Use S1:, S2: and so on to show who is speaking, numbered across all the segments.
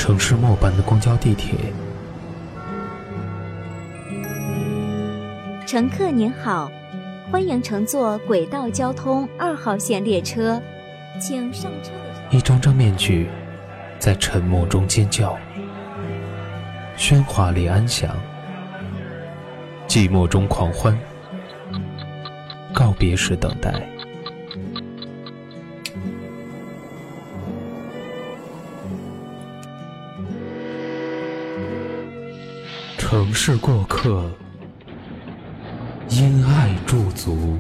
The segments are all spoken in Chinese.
S1: 城市末班的公交地铁。
S2: 乘客您好，欢迎乘坐轨道交通2号线列车，请上车的。
S1: 一张张面具在沉默中尖叫，喧哗里安详，寂寞中狂欢，告别时等待。城市过客，因爱驻足。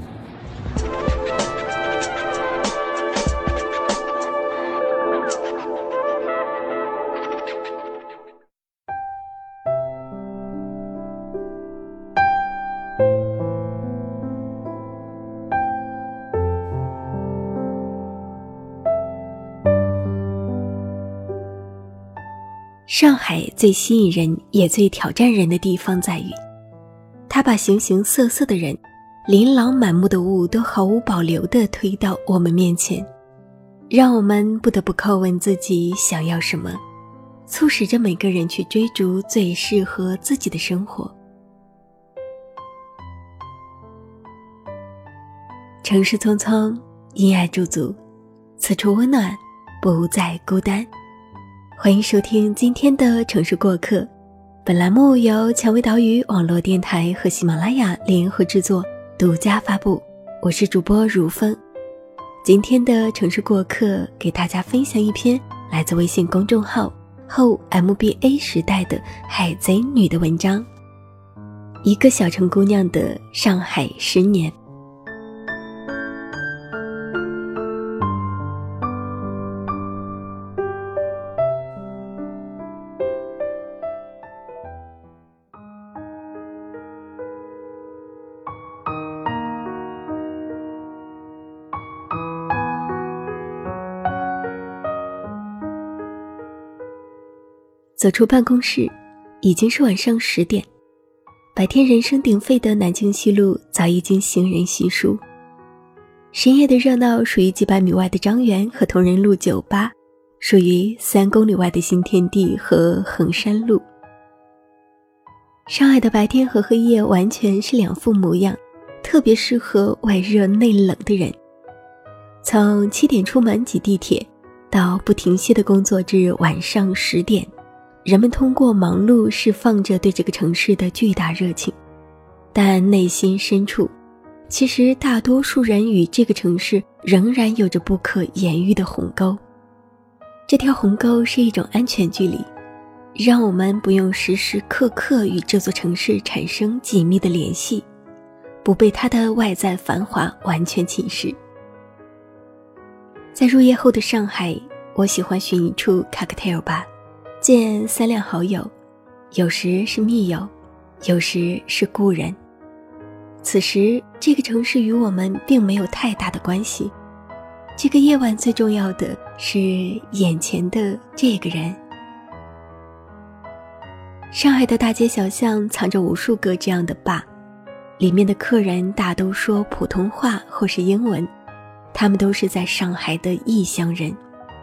S3: 上海最吸引人也最挑战人的地方在于，它把形形色色的人、琳琅满目的物都毫无保留地推到我们面前，让我们不得不叩问自己想要什么，促使着每个人去追逐最适合自己的生活。城市匆匆，因爱驻足，此处温暖，不再孤单。欢迎收听今天的城市过客，本栏目由蔷薇岛屿网络电台和喜马拉雅联合制作，独家发布。我是主播如风。今天的城市过客给大家分享一篇来自微信公众号后 MBA 时代的海贼女的文章，一个小城姑娘的上海10年。走出办公室，已经是晚上10点。白天人声鼎沸的南京西路早已经行人稀疏，深夜的热闹属于几百米外的张园和同仁路酒吧，属于3公里外的新天地和衡山路。上海的白天和黑夜完全是两副模样，特别适合外热内冷的人。从7点出门挤地铁，到不停歇的工作至晚上10点，人们通过忙碌释放着对这个城市的巨大热情，但内心深处，其实大多数人与这个城市仍然有着不可言喻的鸿沟。这条鸿沟是一种安全距离，让我们不用时时刻刻与这座城市产生紧密的联系，不被它的外在繁华完全侵蚀。在入夜后的上海，我喜欢寻一处 cocktail 吧，见3两好友，有时是密友，有时是故人。此时这个城市与我们并没有太大的关系，这个夜晚最重要的是眼前的这个人。上海的大街小巷藏着无数个这样的吧，里面的客人大都说普通话或是英文，他们都是在上海的异乡人。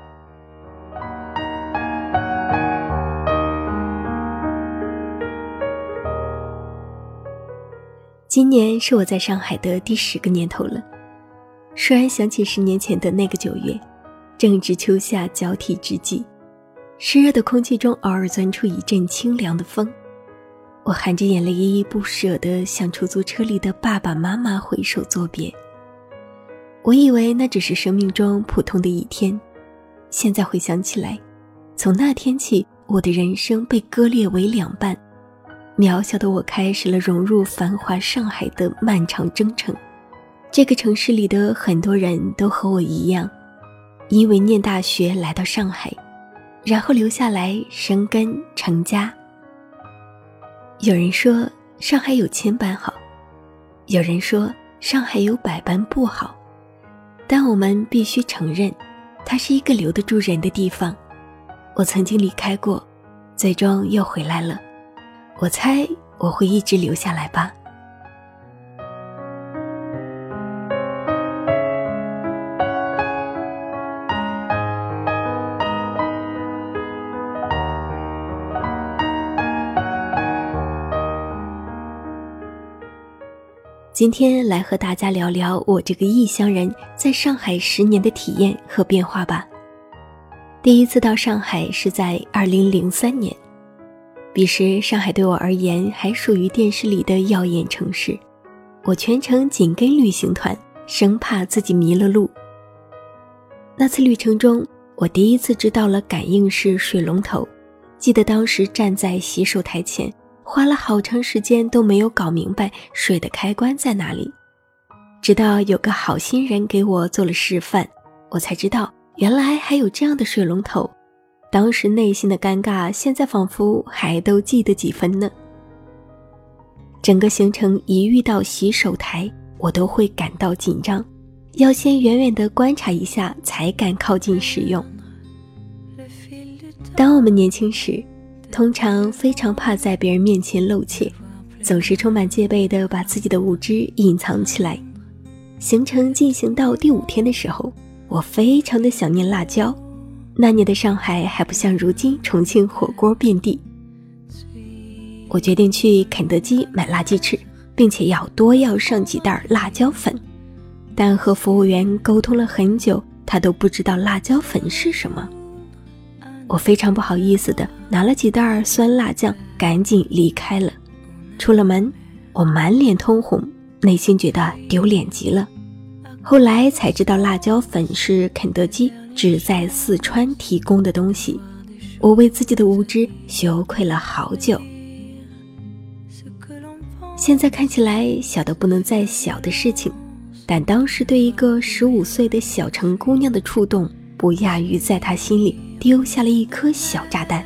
S3: 今年是我在上海的第10个年头了。倏然想起10年前的那个9月，正值秋夏交替之际，湿热的空气中偶尔钻出一阵清凉的风，我含着眼泪依依不舍地向出租车里的爸爸妈妈挥手作别。我以为那只是生命中普通的一天，现在回想起来，从那天起，我的人生被割裂为2半，渺小的我开始了融入繁华上海的漫长征程。这个城市里的很多人都和我一样，因为念大学来到上海，然后留下来生根成家。有人说上海有1000般好，有人说上海有100般不好，但我们必须承认，它是一个留得住人的地方。我曾经离开过，最终又回来了，我猜我会一直留下来吧。 今天来和大家聊聊我这个异乡人在上海10年的体验和变化吧。第一次到上海是在2003年，彼时上海对我而言还属于电视里的耀眼城市，我全程紧跟旅行团，生怕自己迷了路。那次旅程中，我第一次知道了感应式水龙头，记得当时站在洗手台前，花了好长时间都没有搞明白水的开关在哪里，直到有个好心人给我做了示范，我才知道原来还有这样的水龙头。当时内心的尴尬，现在仿佛还都记得几分呢。整个行程一遇到洗手台，我都会感到紧张，要先远远地观察一下才敢靠近使用。当我们年轻时，通常非常怕在别人面前露怯，总是充满戒备地把自己的无知隐藏起来。行程进行到第5天的时候，我非常的想念辣椒。那年的上海还不像如今重庆火锅遍地。我决定去肯德基买辣鸡翅，并且多要上几袋辣椒粉。但和服务员沟通了很久，他都不知道辣椒粉是什么。我非常不好意思的拿了几袋酸辣酱，赶紧离开了。出了门，我满脸通红，内心觉得丢脸极了。后来才知道辣椒粉是肯德基只在四川提供的东西，我为自己的无知羞愧了好久。现在看起来小的不能再小的事情，但当时对一个15岁的小城姑娘的触动，不亚于在她心里丢下了一颗小炸弹。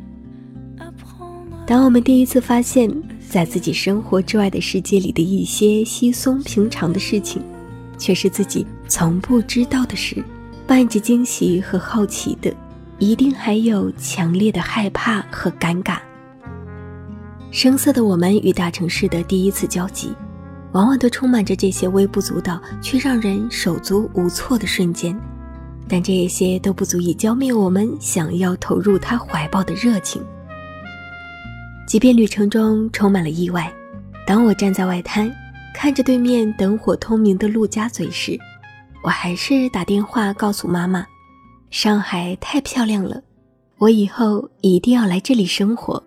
S3: 当我们第一次发现在自己生活之外的世界里的一些稀松平常的事情，却是自己从不知道的事，伴着惊喜和好奇的，一定还有强烈的害怕和尴尬。生涩的我们与大城市的第一次交集，往往都充满着这些微不足道却让人手足无措的瞬间，但这些都不足以浇灭我们想要投入他怀抱的热情。即便旅程中充满了意外，当我站在外滩看着对面灯火通明的陆家嘴时，我还是打电话告诉妈妈，上海太漂亮了，我以后一定要来这里生活。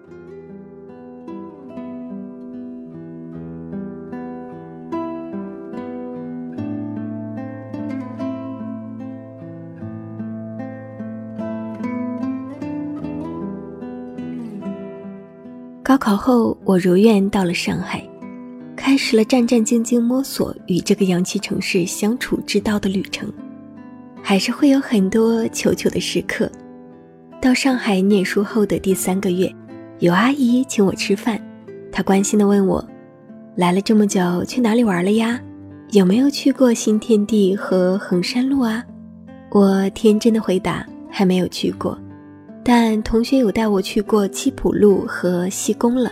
S3: 高考后，我如愿到了上海，开始了战战兢兢摸索与这个洋气城市相处之道的旅程。还是会有很多糗糗的时刻。到上海念书后的第3个月，有阿姨请我吃饭，她关心地问我，来了这么久，去哪里玩了呀？有没有去过新天地和衡山路啊？我天真的回答，还没有去过，但同学有带我去过七浦路和西宫了。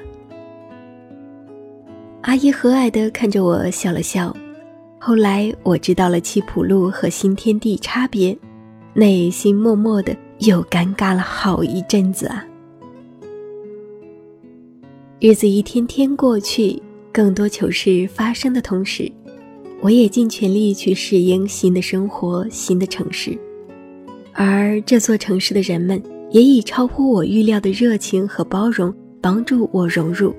S3: 阿姨和蔼地看着我笑了笑。后来我知道了七浦路和新天地差别，内心默默的又尴尬了好一阵子啊。日子一天天过去，更多糗事发生的同时，我也尽全力去适应新的生活、新的城市。而这座城市的人们也以超乎我预料的热情和包容帮助我融入。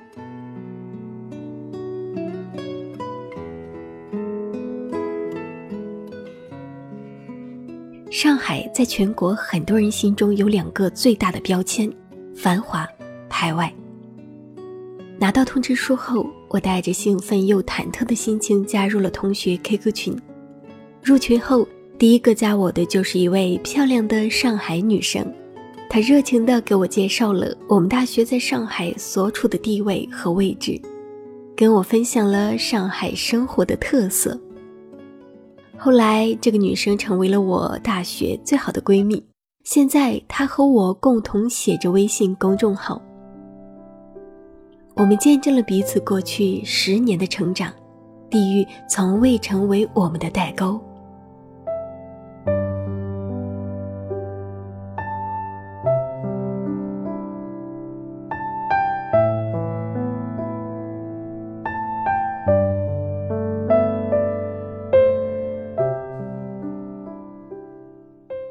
S3: 上海在全国很多人心中有2个最大的标签：繁华、排外。拿到通知书后，我带着兴奋又忐忑的心情加入了同学 QQ 群。入群后，第一个加我的就是一位漂亮的上海女生，她热情地给我介绍了我们大学在上海所处的地位和位置，跟我分享了上海生活的特色。后来这个女生成为了我大学最好的闺蜜，现在她和我共同写着微信公众号。我们见证了彼此过去10年的成长，地域从未成为我们的代沟。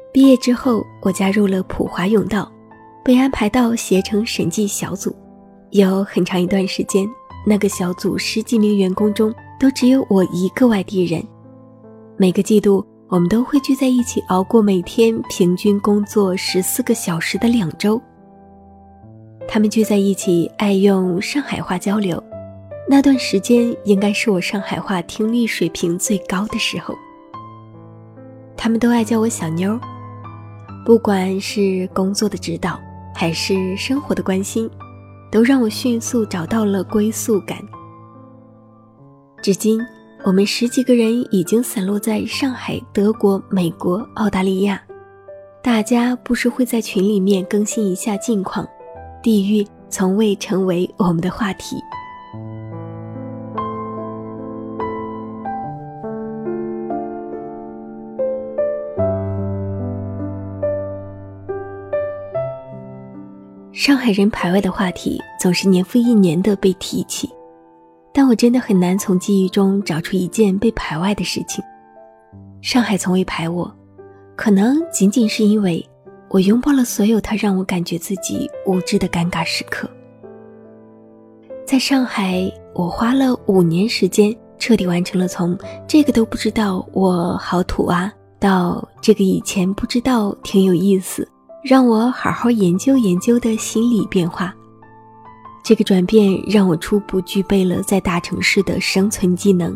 S3: 毕业之后，我加入了普华永道，被安排到携程审计小组。有很长一段时间，那个小组10几名员工中都只有我一个外地人。每个季度我们都会聚在一起熬过每天平均工作14个小时的2周。他们聚在一起爱用上海话交流，那段时间应该是我上海话听力水平最高的时候。他们都爱叫我小妞，不管是工作的指导还是生活的关心，都让我迅速找到了归宿感。至今我们10几个人已经散落在上海、德国、美国、澳大利亚，大家不时会在群里面更新一下近况，地域从未成为我们的话题。上海人排外的话题总是年复一年的被提起，但我真的很难从记忆中找出一件被排外的事情。上海从未排我，可能仅仅是因为我拥抱了所有它让我感觉自己无知的尴尬时刻。在上海，我花了5年时间彻底完成了从这个都不知道我好土啊，到这个以前不知道挺有意思，让我好好研究研究的心理变化。这个转变让我初步具备了在大城市的生存技能。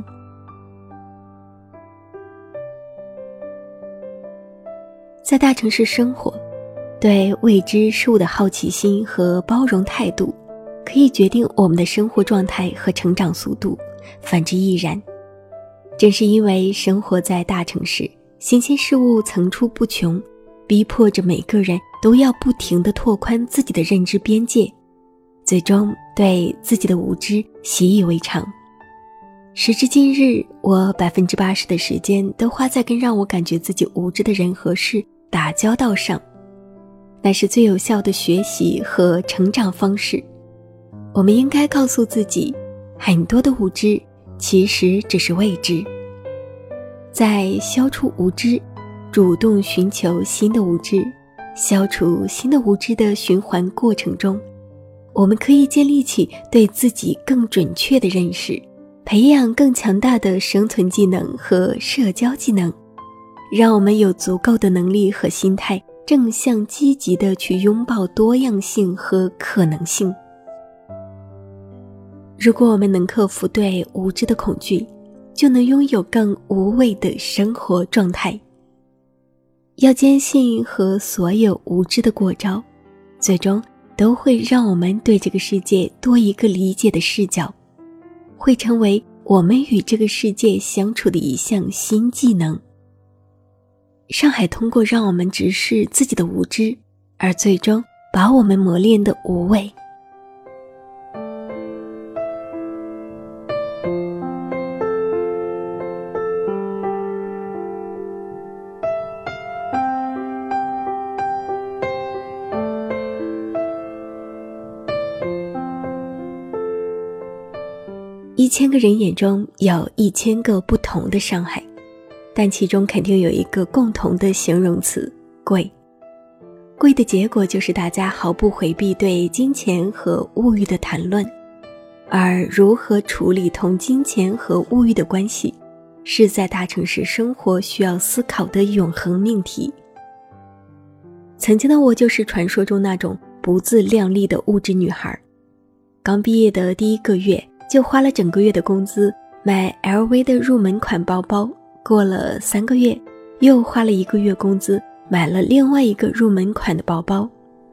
S3: 在大城市生活，对未知事物的好奇心和包容态度，可以决定我们的生活状态和成长速度，反之亦然。正是因为生活在大城市，新鲜事物层出不穷，逼迫着每个人都要不停地拓宽自己的认知边界，最终对自己的无知习以为常。时至今日，我80%的时间都花在跟让我感觉自己无知的人和事打交道上，那是最有效的学习和成长方式。我们应该告诉自己，很多的无知其实只是未知。在消除无知，主动寻求新的无知，消除新的无知的循环过程中，我们可以建立起对自己更准确的认识，培养更强大的生存技能和社交技能，让我们有足够的能力和心态，正向积极地去拥抱多样性和可能性。如果我们能克服对无知的恐惧，就能拥有更无畏的生活状态。要坚信和所有无知的过招，最终都会让我们对这个世界多一个理解的视角，会成为我们与这个世界相处的一项新技能。上海通过让我们直视自己的无知，而最终把我们磨练的无畏。1000个人眼中有1000个不同的上海，但其中肯定有一个共同的形容词，贵。贵的结果就是大家毫不回避对金钱和物欲的谈论，而如何处理同金钱和物欲的关系，是在大城市生活需要思考的永恒命题。曾经的我就是传说中那种不自量力的物质女孩，刚毕业的第1个月就花了整个月的工资买 LV 的入门款包包，过了3个月又花了1个月工资买了另外一个入门款的包包。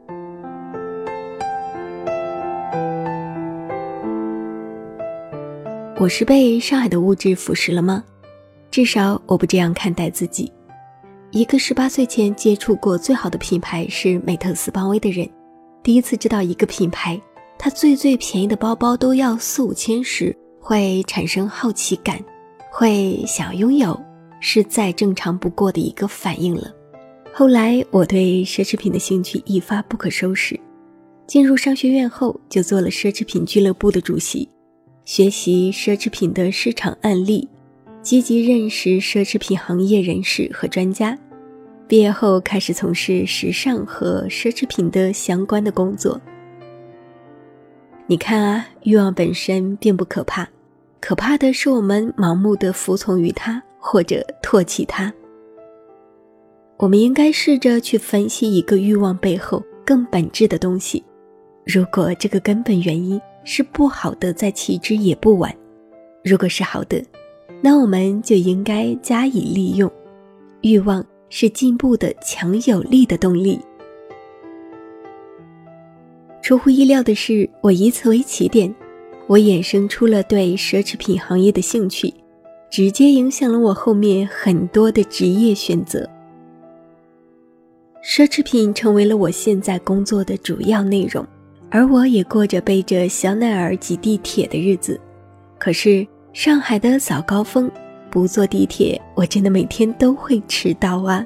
S3: 我是被上海的物质腐蚀了吗？至少我不这样看待自己。一个18岁前接触过最好的品牌是美特斯邦威的人，第一次知道一个品牌它最便宜的包包都要4、5千时，会产生好奇感，会想拥有，是再正常不过的一个反应了。后来我对奢侈品的兴趣一发不可收拾，进入商学院后就做了奢侈品俱乐部的主席，学习奢侈品的市场案例，积极认识奢侈品行业人士和专家， 毕业后开始从事时尚和奢侈品的相关的工作。你看啊，欲望本身并不可怕，可怕的是我们盲目的服从于它，或者唾弃它。我们应该试着去分析一个欲望背后更本质的东西，如果这个根本原因是不好的，再弃之也不晚；如果是好的，那我们就应该加以利用。欲望是进步的强有力的动力。出乎意料的是，我以此为起点，我衍生出了对奢侈品行业的兴趣，直接影响了我后面很多的职业选择。奢侈品成为了我现在工作的主要内容，而我也过着背着香奈儿挤地铁的日子。可是上海的早高峰，不坐地铁，我真的每天都会迟到啊。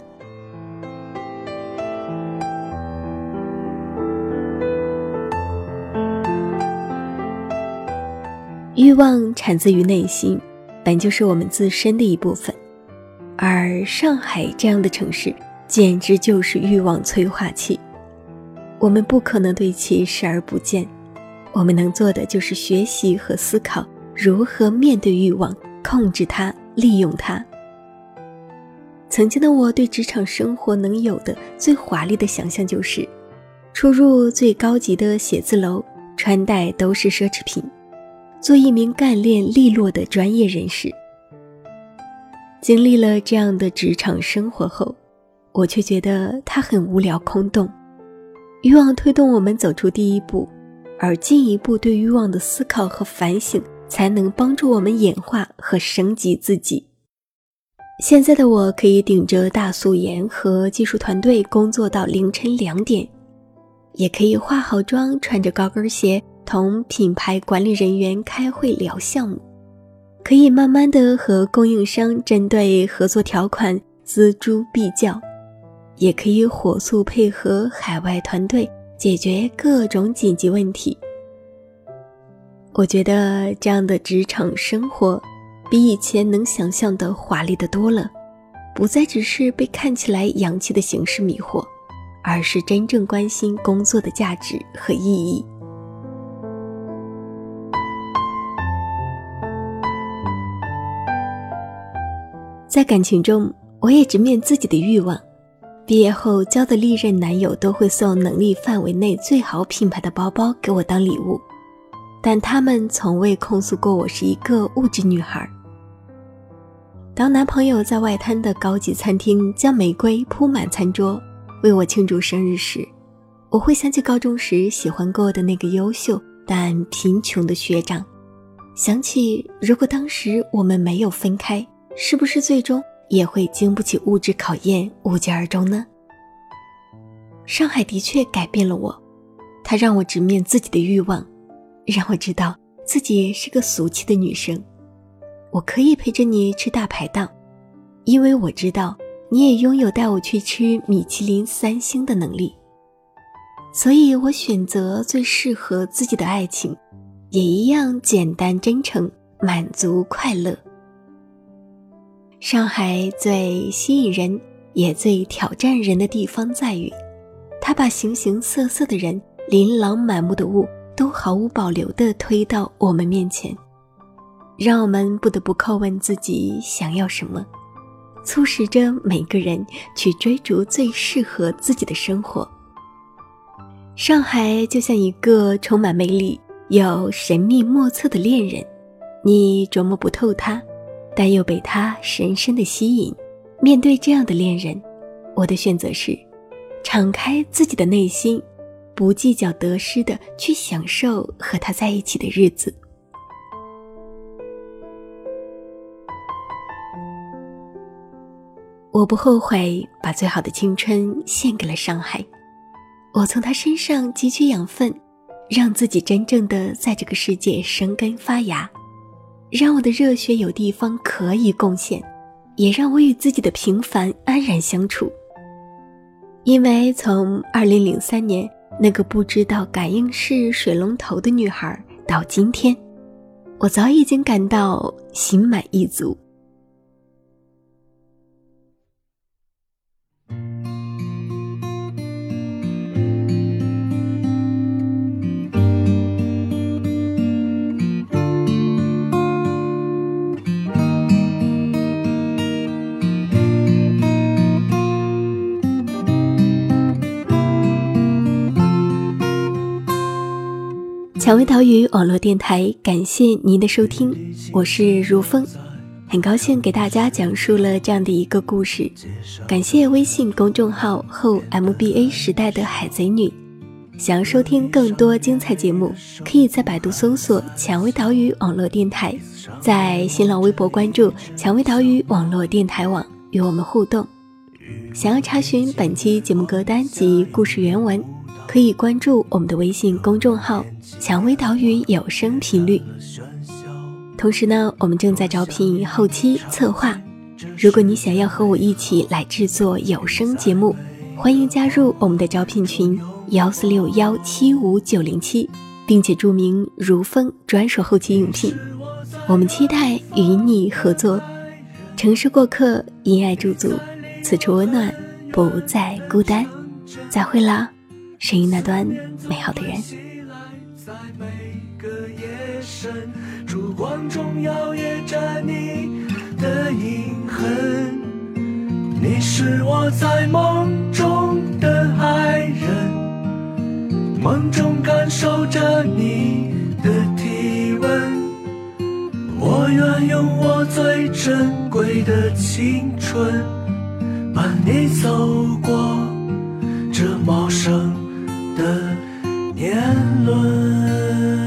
S3: 欲望产自于内心，本就是我们自身的一部分，而上海这样的城市简直就是欲望催化器。我们不可能对其视而不见，我们能做的就是学习和思考如何面对欲望，控制它，利用它。曾经的我对职场生活能有的最华丽的想象就是，出入最高级的写字楼，穿戴都是奢侈品，做一名干练利落的专业人士。经历了这样的职场生活后，我却觉得它很无聊空洞。欲望推动我们走出第一步，而进一步对欲望的思考和反省，才能帮助我们演化和升级自己。现在的我可以顶着大素颜和技术团队工作到凌晨2点，也可以化好妆，穿着高跟鞋同品牌管理人员开会聊项目，可以慢慢地和供应商针对合作条款锱铢必较，也可以火速配合海外团队解决各种紧急问题。我觉得这样的职场生活比以前能想象的华丽得多了，不再只是被看起来洋气的形式迷惑，而是真正关心工作的价值和意义。在感情中，我也直面自己的欲望。毕业后交的历任男友都会送能力范围内最好品牌的包包给我当礼物，但他们从未控诉过我是一个物质女孩。当男朋友在外滩的高级餐厅将玫瑰铺满餐桌为我庆祝生日时，我会想起高中时喜欢过的那个优秀但贫穷的学长，想起如果当时我们没有分开，是不是最终也会经不起物质考验，无疾而终呢？上海的确改变了我，它让我直面自己的欲望，让我知道自己是个俗气的女生。我可以陪着你吃大排档，因为我知道你也拥有带我去吃米其林3星的能力。所以我选择最适合自己的爱情，也一样简单真诚，满足快乐。上海最吸引人也最挑战人的地方在于，它把形形色色的人，琳琅满目的物都毫无保留地推到我们面前，让我们不得不叩问自己想要什么，促使着每个人去追逐最适合自己的生活。上海就像一个充满魅力又神秘莫测的恋人，你琢磨不透他，但又被他深深的吸引。面对这样的恋人，我的选择是敞开自己的内心，不计较得失的去享受和他在一起的日子。我不后悔把最好的青春献给了上海，我从他身上汲取养分，让自己真正的在这个世界生根发芽，让我的热血有地方可以贡献，也让我与自己的平凡安然相处。因为从2003年那个不知道感应式水龙头的女孩到今天，我早已经感到心满意足。 蔷薇岛屿网络电台，感谢您的收听，我是如风，很高兴给大家讲述了这样的一个故事。感谢微信公众号后 MBA 时代的海贼女。想要收听更多精彩节目，可以在百度搜索蔷薇岛屿网络电台，在新浪微博关注蔷薇岛屿网络电台网，与我们互动。想要查询本期节目歌单及故事原文，可以关注我们的微信公众号蔷薇岛屿有声频率。同时呢，我们正在招聘后期策划，如果你想要和我一起来制作有声节目，欢迎加入我们的招聘群146175907，并且注明如风专属后期应聘。我们期待与你合作。城市过客，因爱驻足，此处温暖，不再孤单。再会啦，声音那端美好的人。
S4: 在每个夜深，烛光中摇曳着你的影痕。你是我在梦中的爱人，梦中感受着你的体温。我愿用我最珍贵的青春，伴你走过这茂盛的年轮。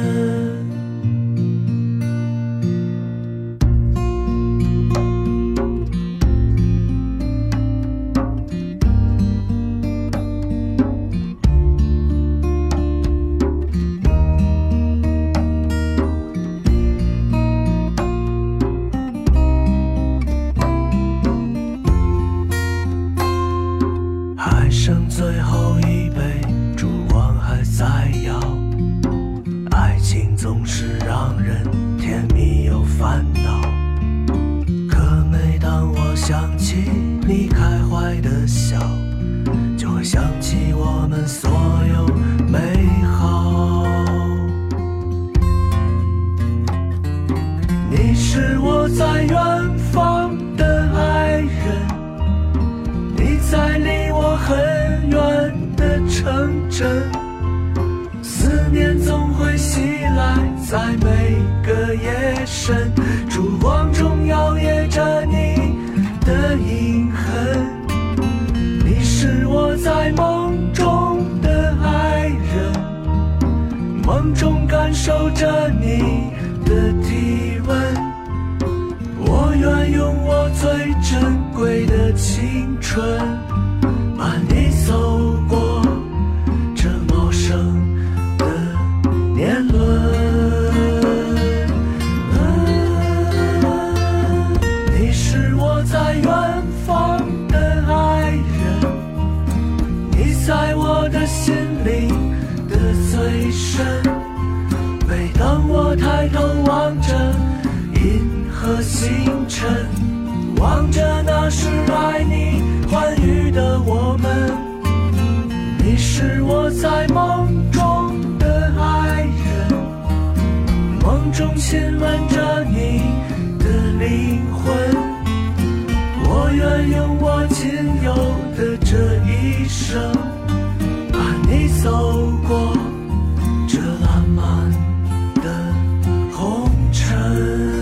S4: 还剩最后一杯，烛光还在摇，爱情总是让人甜蜜又烦恼。可每当我想起你开怀的笑，就会想起我们所有美好。你是我在远方的爱人，你在离我很远的城镇，思念总会袭来，在每个夜深，烛光中摇曳着你的影痕。你是我在梦中的爱人，梦中感受着你的体温。我愿用我最珍贵的青春，伴你走过这茂盛的年轮。你是我在远方的爱人，你在我的心灵的最深。每当我抬头望着银河星辰，望着那时爱你欢愉的我们。你是我在梦中的爱人，梦中亲吻着你的灵魂。我愿用我仅有的这一生，伴你走过这烂漫的红尘。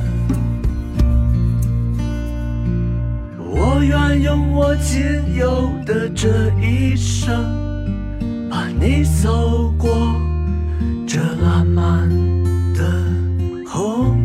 S4: 我愿用我仅有的这一生，伴你走过这烂漫的红